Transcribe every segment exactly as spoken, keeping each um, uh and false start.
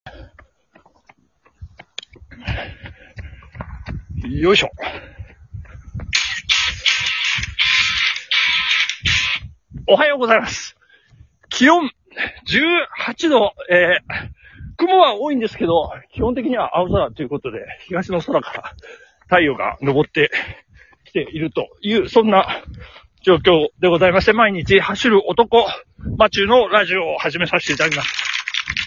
よいしょ。おはようございます。気温じゅうはちど、えー、雲は多いんですけど、基本的には青空ということで、東の空から太陽が昇ってきているという、そんな状況でございまして、毎日走る男、マチューのラジオを始めさせていただきます。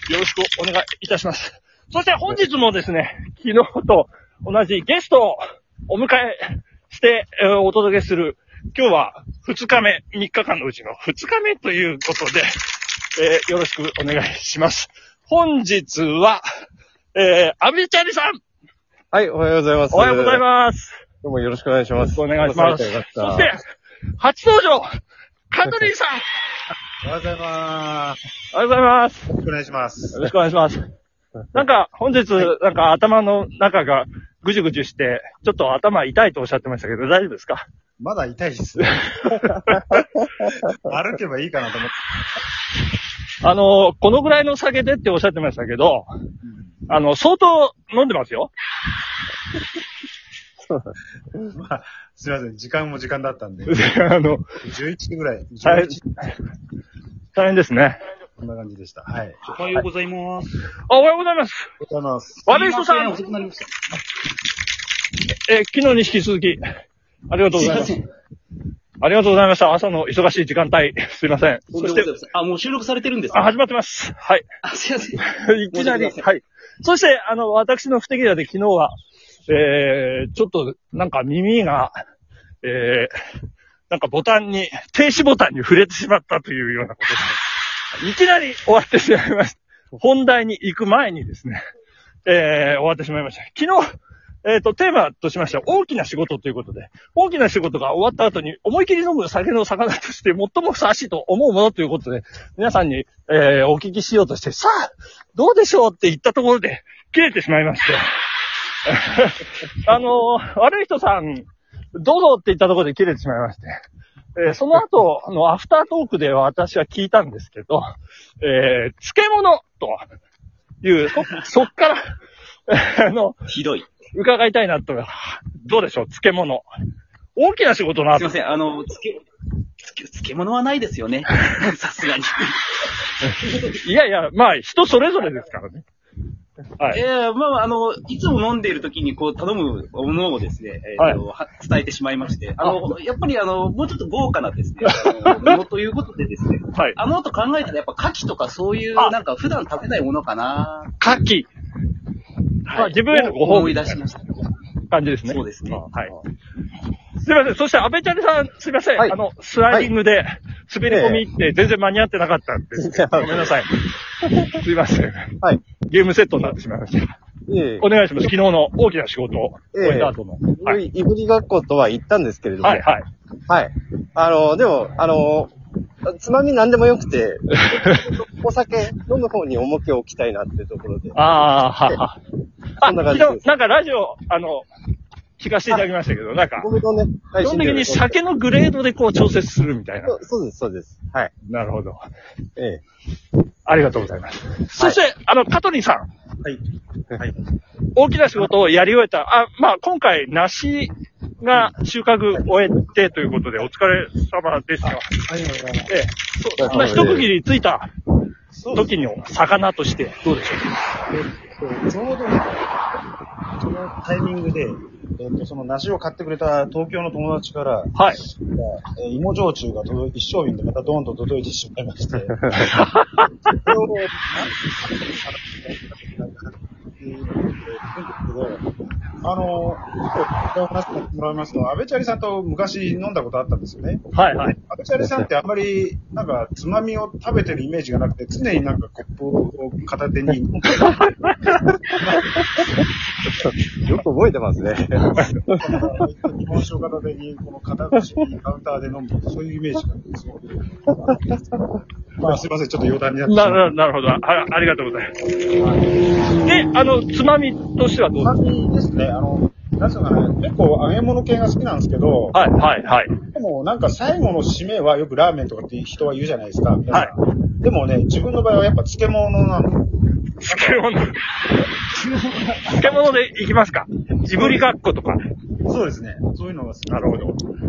よろしくお願いいたします。そして本日もですね、昨日と同じゲストをお迎えして、えー、お届けする、今日はふつかめ、みっかかんのうちのふつかめということで、えー、よろしくお願いします。本日は、えー、アビチャリさん。 はい、おはようございます。 おはようございます。 どうもよろしくお願いします。 よろしくお願いします。そして、初登場、カトリンさん。 おはようございます。 おはようございます。 よろしくお願いします。 よろしくお願いします。なんか、本日、なんか頭の中がぐじゅぐじゅして、ちょっと頭痛いとおっしゃってましたけど、大丈夫ですか？ まだ痛いです。歩けばいいかなと思って。 あの、このぐらいの酒でっておっしゃってましたけど、うん、あの、相当飲んでますよ。 まあ、すいません。時間も時間だったんで。 あの、 じゅういちじぐらい。 大変、大変ですね。 こんな感じでした。はい。 おはようございます。 あ、おはようございます。 おはようございます。 悪い人さん。 遅くなりました。 え、昨日に引き続き、ありがとうございます。すいません。ありがとうございました。朝の忙しい時間帯。すいません。 そして、あ、もう収録されてるんですか？ あ、始まってます。はい。 あ、すいません。 いきなり、はい。そして、あの、私の不手際で昨日は、えー、ちょっと、なんか耳が、えー、なんかボタンに、停止ボタンに触れてしまったというようなことですね。いきなり終わってしまいました。本題に行く前にですね、えー、終わってしまいました。昨日、えっと、テーマとしましては、大きな仕事ということで、大きな仕事が終わった後に、思い切り飲む酒の魚として最もふさわしいと思うものということで、皆さんに、えー、お聞きしようとして、さあ、どうでしょうって言ったところで、切れてしまいまして、あのー、悪い人さん、どうぞって言ったところで切れてしまいまして、えー、その後、あの、アフタートークで私は聞いたんですけど、えー、漬物という、そ、そっから、あの、 ひどい。 伺いたいなと、どうでしょう、漬物。大きな仕事な。 すいません、あの、漬、漬、漬物はないですよね。さすがに。 いやいや、まあ、人それぞれですからね。 はい。ええー、まあ、あの、いつも飲んでいる時にこう頼むものをですね、えーとはい、伝えてしまいまして、あの、やっぱりあの、もうちょっと豪華なですね、あの、ものということでですね、はい。あの後考えたらやっぱ牡蠣とかそういう、なんか普段食べないものかな。 牡蠣。はい。まあ、自分へのご褒美。 思い出しました。 感じですね。 そうですね。 はい。すいません。そして、安倍ちゃんさん、すいません。はい、あの、スライディングで、滑り込みって全然間に合ってなかったんです。ごめんなさい。すいません。はい。ゲームセットになってしまいました。ええ、お願いします。昨日の大きな仕事を終えた後の。 ええ、はい。いぶりがっことは行ったんですけれども。 はい、はい。 はい。あの、でも、あの、つまみなんでもよくて、お酒飲む方に重きを置きたいなっていうところで。 ああ、はは。そんな感じです。昨日、なんかラジオ、あの、聞かせていただきましたけど、なんか、僕のね、基本的に酒のグレードでこう調節するみたいな。 そう、そうです、そうです。はい。 なるほど。 ええ。 ありがとうございます。そして、はい、あの、カトリンさん。 はい。はい。 大きな仕事をやり終えた。あ、まあ、今回、梨が収穫終えてということで、お疲れ様でした。 ありがとうございます。 ええ。そそんな一区切りついた時の魚として、どうでしょうか？ ちょうど、そのタイミングで、えっと、その梨を買ってくれた東京の友達から、はい。えー、芋焼酎が届い、一升瓶でまたドーンと届いてしまいまして。それを、あの、話してもらいますと、安倍チャリさんと昔飲んだことあったんですよね。 はいはい。 安倍チャリさんってあんまり、なんか、つまみを食べてるイメージがなくて、常になんかコップを片手に飲んでる。 よく覚えてますね。 日本酒を片手に、この片口にカウンターで飲む、そういうイメージなんですよ。まあ、すいません、ちょっと余談になってしまう。なるほど。あ、ありがとうございます。で、あの、つまみとしてはどうですか？ つまみですね。あの、なんすかね、結構揚げ物系が好きなんですけど、 はい、はい、はい。 でもなんか最後の締めはよくラーメンとかって人は言うじゃないですか。 はい。 でもね、自分の場合はやっぱ漬物なの。 漬物。漬物でいきますか。いぶりがっことか。 そうですね。そういうのが好き。 なるほど。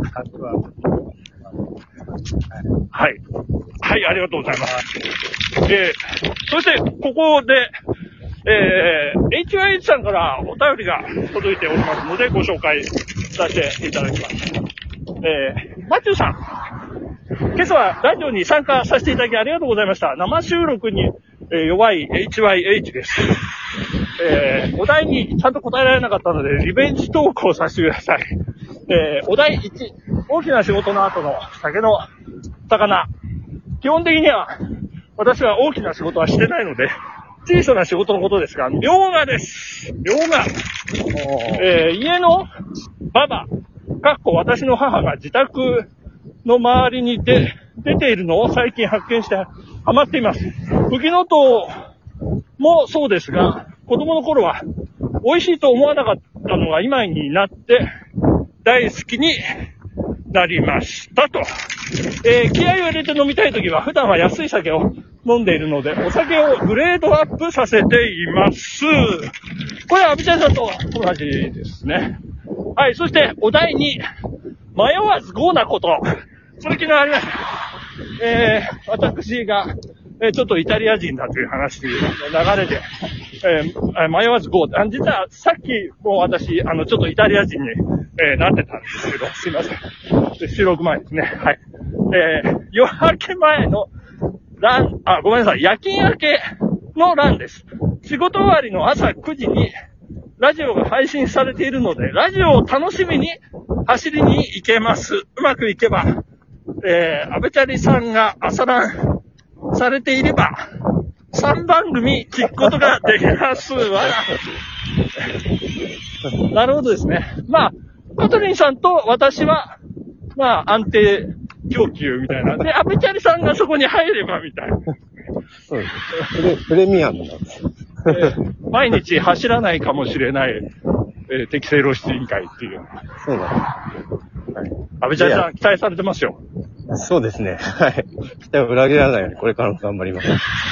はい。はい、ありがとうございます。えー、そして、ここで、えー、エイチワイエイチ さんからお便りが届いておりますので、ご紹介させていただきます。えー、マチューさん。今朝はラジオに参加させていただきありがとうございました。生収録に、えー、弱い エイチワイエイチ です。えー、お題にちゃんと答えられなかったので、リベンジ投稿させてください。えー、お題いち、大きな仕事の後の酒の魚。基本的には、私は大きな仕事はしてないので、小さな仕事のことですが、みょうがです。みょうが。えー、家のババ、かっこ私の母が自宅の周りに出、出ているのを最近発見してハマっています。フキノトウもそうですが、子供の頃は美味しいと思わなかったのが今になって大好きになりましたと。えー、気合を入れて飲みたいときは普段は安い酒を飲んでいるので、お酒をグレードアップさせています。これはアビちゃんさんと同じですね。はい、そしてお題に迷わず豪なこと。それ昨日ありました。えー、私が、えー、ちょっとイタリア人だという話の流れで、えー、迷わず豪。あ、実はさっきも私、あの、ちょっとイタリア人に、えー、なってたんですけど、すいません。収録前ですね。はい。えー、夜明け前のラン、あ、ごめんなさい。夜勤明けのランです。仕事終わりの朝くじにラジオが配信されているので、ラジオを楽しみに走りに行けます。うまくいけば、えー、アベチャリさんが朝ランされていれば、さんばん組聞くことができますわ。なるほどですね。まあ、カトリンさんと私は、まあ、安定供給みたいな。で、アベチャリさんがそこに入ればみたいな。 そうです。プレ、プレミアムなんですよ。 えー、毎日走らないかもしれない、えー、適正露出委員会っていう。 そうだ、ね。 はい。アベチャリさん期待されてますよ。 そうですね。はい。期待を裏切らないようにこれからも頑張ります。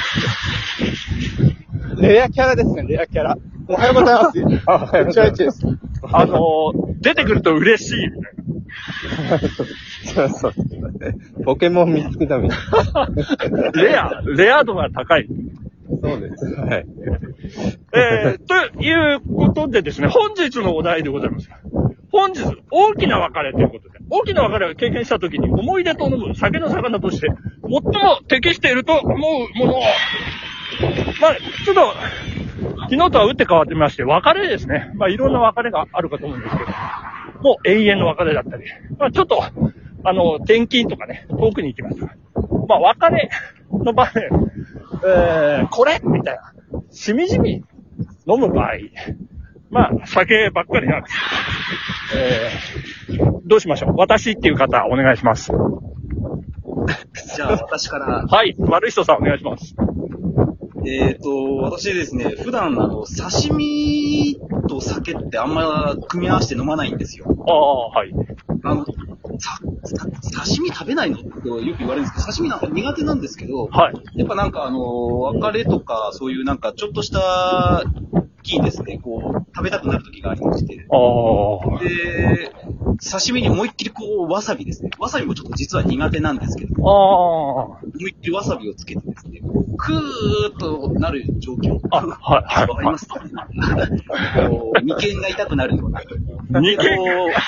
レアキャラですね、レアキャラ。おはようございます。 あ、おはようございます。 です。 あのー、出てくると嬉しいみたいな。 そうそう。ポケモン見つけたみたいな。レア、レア度が高い。 そうです。はい。 えー、ということでですね、本日のお題でございます。本日、大きな別れということで、大きな別れを経験したときに思い出と飲む酒の魚として、最も適していると思うものを、まあ、ちょっと、昨日とは打って変わってみまして、別れですね。まあ、いろんな別れがあるかと思うんですけど、もう永遠の別れだったり、まあ、ちょっと、あの、転勤とかね、遠くに行きます。まあ、別れの場面、えー、これみたいな、しみじみ飲む場合、まあ、酒ばっかりなんです。えー、どうしましょう。私っていう方、お願いします。 じゃあ、私から。 はい、丸人さんお願いします。 えっと、私ですね、普段、あの、刺身と酒ってあんま組み合わせて飲まないんですよ。 ああ、はい。 あの、さ、刺身食べないのってよく言われるんですけど、刺身なんか苦手なんですけど、 はい。 やっぱなんかあの、別れとか、そういうなんかちょっとした日ですね、こう、食べたくなる時がありまして。 ああ。 で、刺身に思いっきりこう、わさびですね。わさびもちょっと実は苦手なんですけど、 ああ。 思いっきりわさびをつけてですね、クーッとなる状況。 あ、はい、はい。 わかりますか、ね、こう眉間が痛くなるような。 眉間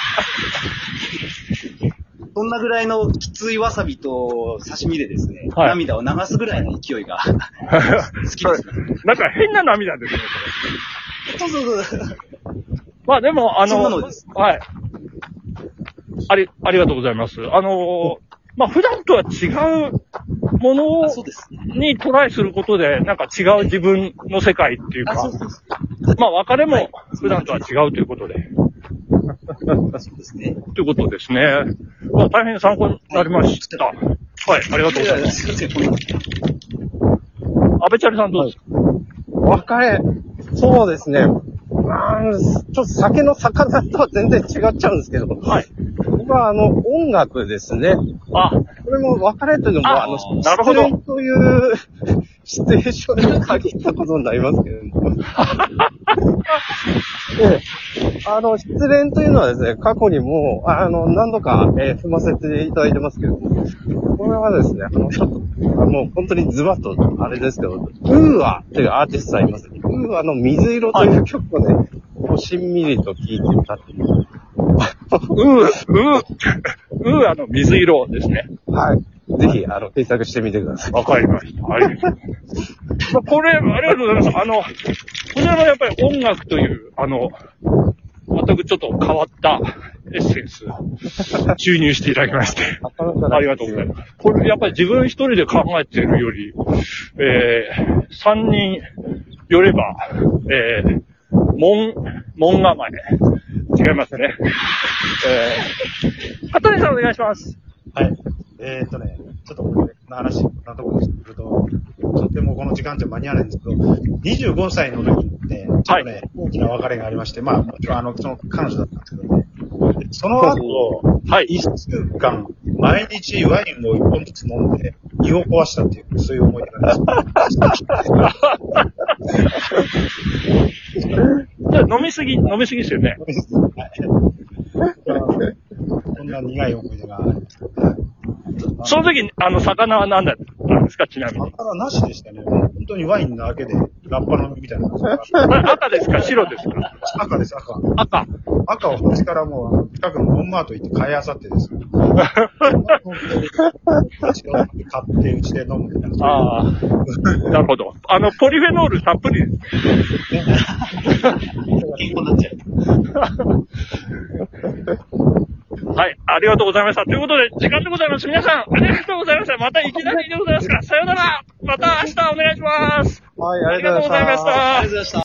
そんなぐらいのきついわさびと刺身でですね、はい、涙を流すぐらいの勢いが好きです、ね。 なんか変な涙ですね。 そうそうそう。 まあでも、あの、 そんなのです。 はい。あり、ありがとうございます。あの、まあ普段とは違うものにトライすることで、なんか違う自分の世界っていうか、 そうそうそう、 まあ別れも普段とは違うということで。 そうですね。 ということですね。まあ大変参考になりました。はい、はい、ありがとうございます。安倍チャリさんどうですか？ 別れ、そうですね。あちょっと酒の魚とは全然違っちゃうんですけど、 はい。 僕はあの、音楽ですね。 あ、 これも別れというのも、あの、 なるほど。 というシチュエーションに限ったことになりますけれども。ええ、あの、失恋というのはですね、過去にも、あの、何度か、えー、踏ませていただいてますけれども、これはですね、あの、ちょっと、もう本当にズバッと、あれですけど、ウーアというアーティストがいますね。ウーアの水色という曲をね、こうしんみりと聴いて歌っている。 うー、うー、うーあの水色ですね。 はい。ぜひ、あの、検索してみてください。 わかりました。はい。まあ、これ、ありがとうございます。あの、これはやっぱり音楽という、あの、全くちょっと変わったエッセンスを注入していただきまして、ありがとうございます。これ、やっぱり自分一人で考えているより、えー、三人よれば、えー、門、門構え。違いますね。えー、片谷さんお願いします。 はい。えーっとね、ちょっとこれ、この話、こんなところにすると、とってもこの時間じゃ間に合わないんですけど、にじゅうごさいの時って、ちょっとね、はい、大きな別れがありまして、まあ、もちろんあの、その彼女だったんですけどね。その後、はい、いっしゅうかん、毎日ワインをいっぽんずつ飲んで、胃を壊したっていう、そういう思い出がありました。 じゃあ飲みすぎ、飲みすぎですよね。飲みすぎ。はい。 こんな苦い思い出がありました。 その時、あの、魚は何だったんですか、ちなみに。 魚なしでしたね。本当にワインだけで、ラッパ飲みみたいな。 赤ですか、白ですか？ 赤です、赤。 赤。 赤をこっちからもう、近くのモンマート行って買いあさってですね。買って、うちで飲むみたいな。 ああ。なるほど。あの、ポリフェノールたっぷりですね。 健康になっちゃう。 はい、ありがとうございました。ということで、時間でございます。皆さん、ありがとうございました。またいきなりでございますから、さよなら。また明日お願いします。 はい、ありがとうございました。 ありがとうございました。